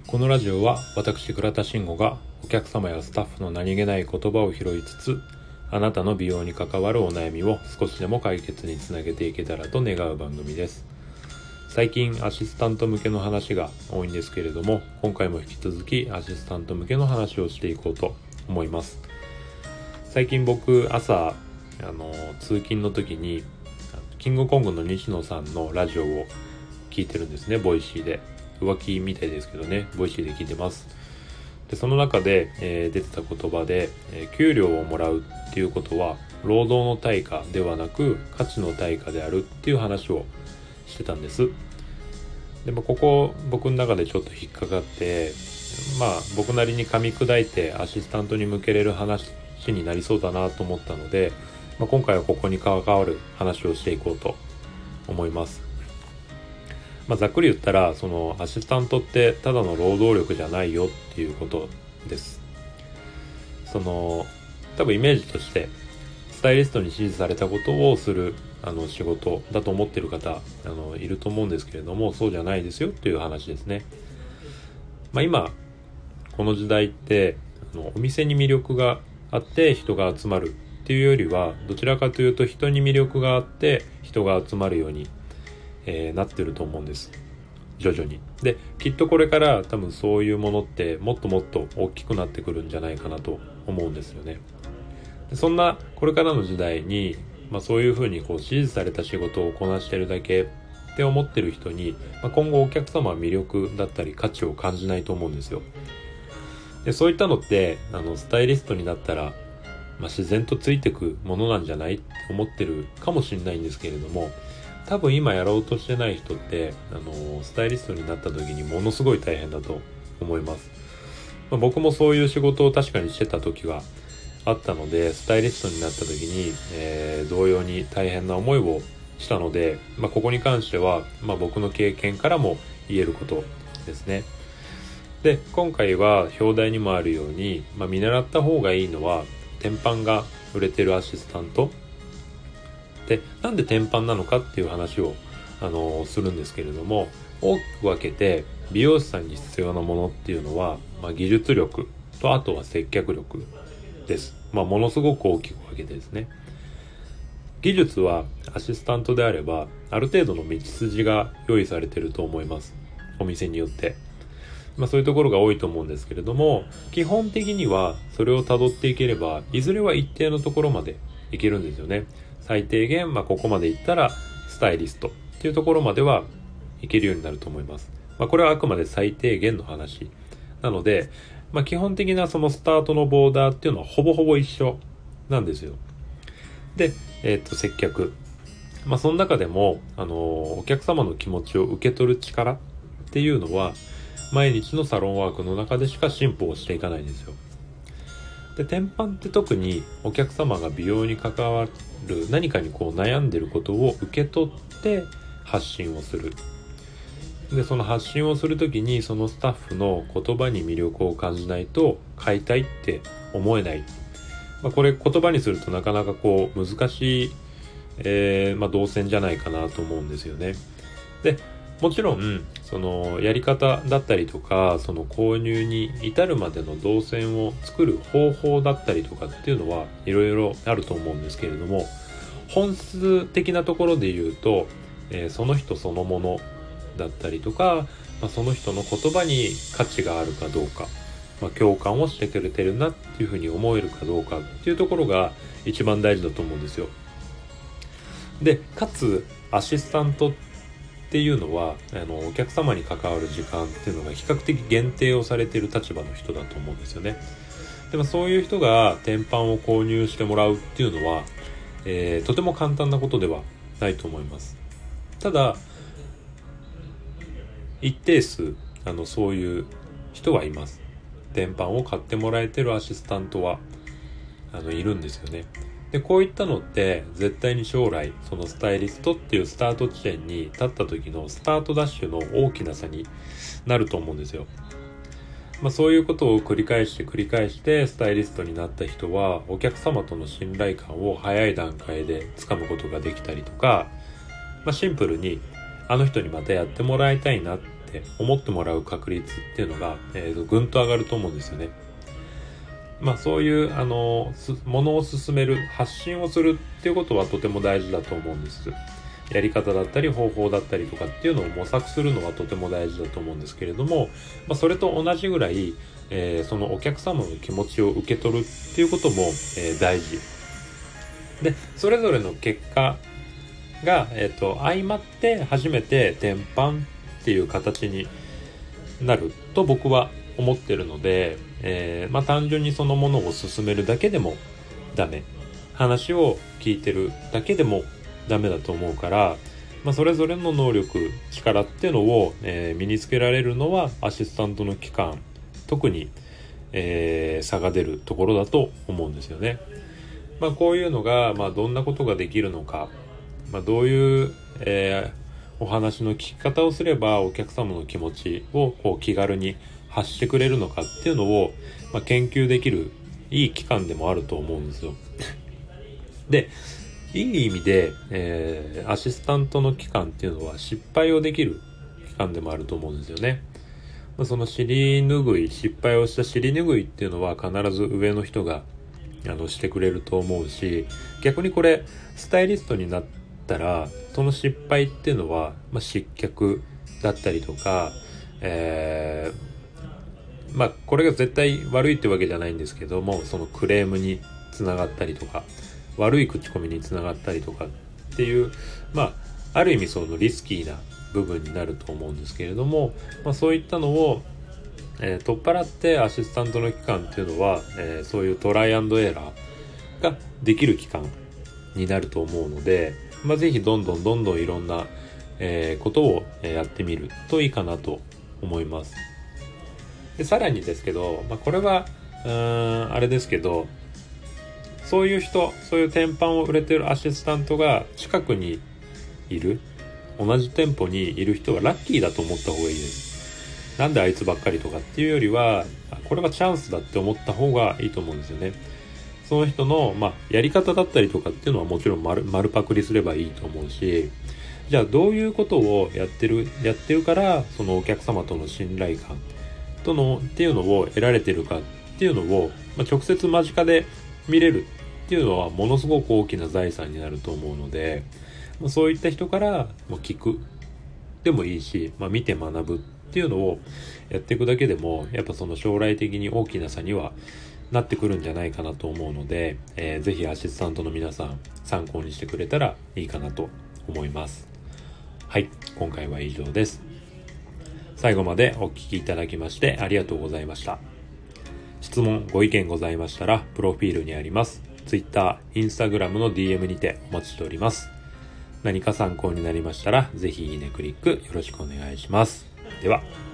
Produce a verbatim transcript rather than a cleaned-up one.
このラジオは私倉田慎吾がお客様やスタッフの何気ない言葉を拾いつつ、あなたの美容に関わるお悩みを少しでも解決につなげていけたらと願う番組です。最近アシスタント向けの話が多いんですけれども、今回も引き続きアシスタント向けの話をしていこうと思います。最近僕朝あの通勤の時にキングコングの西野さんのラジオを聞いてるんですね。ボイシーで浮気みたいですけどね、ボイシーで聞いてます。でその中で、えー、出てた言葉で、えー、給料をもらうっていうことは労働の対価ではなく価値の対価であるっていう話をしてたんです。でもここ僕の中でちょっと引っかかって、まあ僕なりに噛み砕いてアシスタントに向けれる話になりそうだなと思ったので、まあ、今回はここに関わる話をしていこうと思います。まあ、ざっくり言ったらそのアシスタントってただの労働力じゃないよっていうことです。その多分イメージとしてスタイリストに指示されたことをするあの仕事だと思っている方あのいると思うんですけれども、そうじゃないですよっていう話ですね。まあ、今この時代ってあのお店に魅力があって人が集まるっていうよりは、どちらかというと人に魅力があって人が集まるように、えー、なってると思うんです。徐々に。できっとこれから多分そういうものってもっともっと大きくなってくるんじゃないかなと思うんですよね。でそんなこれからの時代にまあ、そういうふうにこう指示された仕事をこなしてるだけって思ってる人に、まあ、今後お客様は魅力だったり価値を感じないと思うんですよ。でそういったのってあのスタイリストになったら、まあ、自然とついてくものなんじゃないって思ってるかもしれないんですけれども、多分今やろうとしてない人ってあのスタイリストになった時にものすごい大変だと思います。まあ、僕もそういう仕事を確かにしてた時はあったので、スタイリストになった時に、えー、同様に大変な思いをしたので、まあ、ここに関しては、まあ、僕の経験からも言えることですね。で今回は表題にもあるように、まあ、見習った方がいいのは天板が売れてるアシスタントで、なんで天板なのかっていう話を、あのー、するんですけれども、大きく分けて美容師さんに必要なものっていうのは、まあ、技術力とあとは接客力です。まあ、ものすごく大きく分けてですね。技術はアシスタントであればある程度の道筋が用意されていると思います。お店によって、まあ、そういうところが多いと思うんですけれども、基本的にはそれを辿っていければいずれは一定のところまでいけるんですよね。最低限、まあ、ここまでいったらスタイリストっていうところまではいけるようになると思います。まあ、これはあくまで最低限の話なので、まあ、基本的なそのスタートのボーダーっていうのはほぼほぼ一緒なんですよ。で、えっと接客、まあその中でもあのお客様の気持ちを受け取る力っていうのは毎日のサロンワークの中でしか進歩をしていかないんですよ。で天板って特にお客様が美容に関わる何かにこう悩んでることを受け取って発信をする。でその発信をするときにそのスタッフの言葉に魅力を感じないと買いたいって思えない、まあ、これ言葉にするとなかなかこう難しい、えーまあ、動線じゃないかなと思うんですよね。でもちろんそのやり方だったりとかその購入に至るまでの動線を作る方法だったりとかっていうのはいろいろあると思うんですけれども、本質的なところで言うと、えー、その人そのものだったりとか、まあ、その人の言葉に価値があるかどうか、まあ、共感をしてくれてるなっていうふうに思えるかどうかっていうところが一番大事だと思うんですよ。でかつアシスタントっていうのはあのお客様に関わる時間っていうのが比較的限定をされている立場の人だと思うんですよね。でもそういう人が天板を購入してもらうっていうのは、えー、とても簡単なことではないと思います。ただ一定数あのそういう人はいます。天板を買ってもらえてるアシスタントはあのいるんですよね。でこういったのって絶対に将来そのスタイリストっていうスタート地点に立った時のスタートダッシュの大きな差になると思うんですよ。まあ、そういうことを繰り返して繰り返してスタイリストになった人はお客様との信頼感を早い段階でつかむことができたりとか、まあ、シンプルにあの人にまたやってもらいたいなっって思ってもらう確率っていうのが、えー、ぐんと上がると思うんですよね。まあそういうあのものを進める発信をするっていうことはとても大事だと思うんです。やり方だったり方法だったりとかっていうのを模索するのはとても大事だと思うんですけれども、まあ、それと同じぐらい、えー、そのお客様の気持ちを受け取るっていうことも、えー、大事で、それぞれの結果が、えーと、相まって初めて転販っていう形になると僕は思ってるので、えーまあ、単純にそのものを進めるだけでもダメ、話を聞いてるだけでもダメだと思うから、まあ、それぞれの能力、力っていうのを、えー、身につけられるのはアシスタントの期間、特に、えー、差が出るところだと思うんですよね。まあ、こういうのが、まあ、どんなことができるのか、まあ、どういう、えー、お話の聞き方をすればお客様の気持ちをこう気軽に発してくれるのかっていうのを、まあ、研究できるいい期間でもあると思うんですよ。で、いい意味で、えー、アシスタントの期間っていうのは失敗をできる期間でもあると思うんですよね。その尻拭い、失敗をした尻拭いっていうのは必ず上の人があのしてくれると思うし、逆にこれスタイリストになったらその失敗っていうのは、まあ、失脚だったりとか、えー、まあこれが絶対悪いってわけじゃないんですけども、そのクレームにつながったりとか悪い口コミにつながったりとかっていう、まあある意味そのリスキーな部分になると思うんですけれども、まあ、そういったのを、えー、取っ払ってアシスタントの期間っていうのは、えー、そういうトライアンドエラーができる期間になると思うので、まあ、ぜひどんどんどんどんいろんな、えー、ことをやってみるといいかなと思います。でさらにですけど、まあ、これはうーんあれですけど、そういう人、そういう天板を売れてるアシスタントが近くにいる、同じ店舗にいる人はラッキーだと思った方がいいです。なんであいつばっかりとかっていうよりは、これがチャンスだって思った方がいいと思うんですよね。その人の、まあ、やり方だったりとかっていうのはもちろん丸、丸パクリすればいいと思うし、じゃあどういうことをやってる、やってるから、そのお客様との信頼感とのっていうのを得られてるかっていうのを、まあ、直接間近で見れるっていうのはものすごく大きな財産になると思うので、そういった人から聞くでもいいし、まあ、見て学ぶっていうのをやっていくだけでもやっぱその将来的に大きな差にはなってくるんじゃないかなと思うので、えー、ぜひアシスタントの皆さん参考にしてくれたらいいかなと思います。はい、今回は以上です。最後までお聞きいただきましてありがとうございました。質問ご意見ございましたらプロフィールにあります Twitter、Instagram の ディーエム にてお待ちしております。何か参考になりましたらぜひいいねクリックよろしくお願いします。では。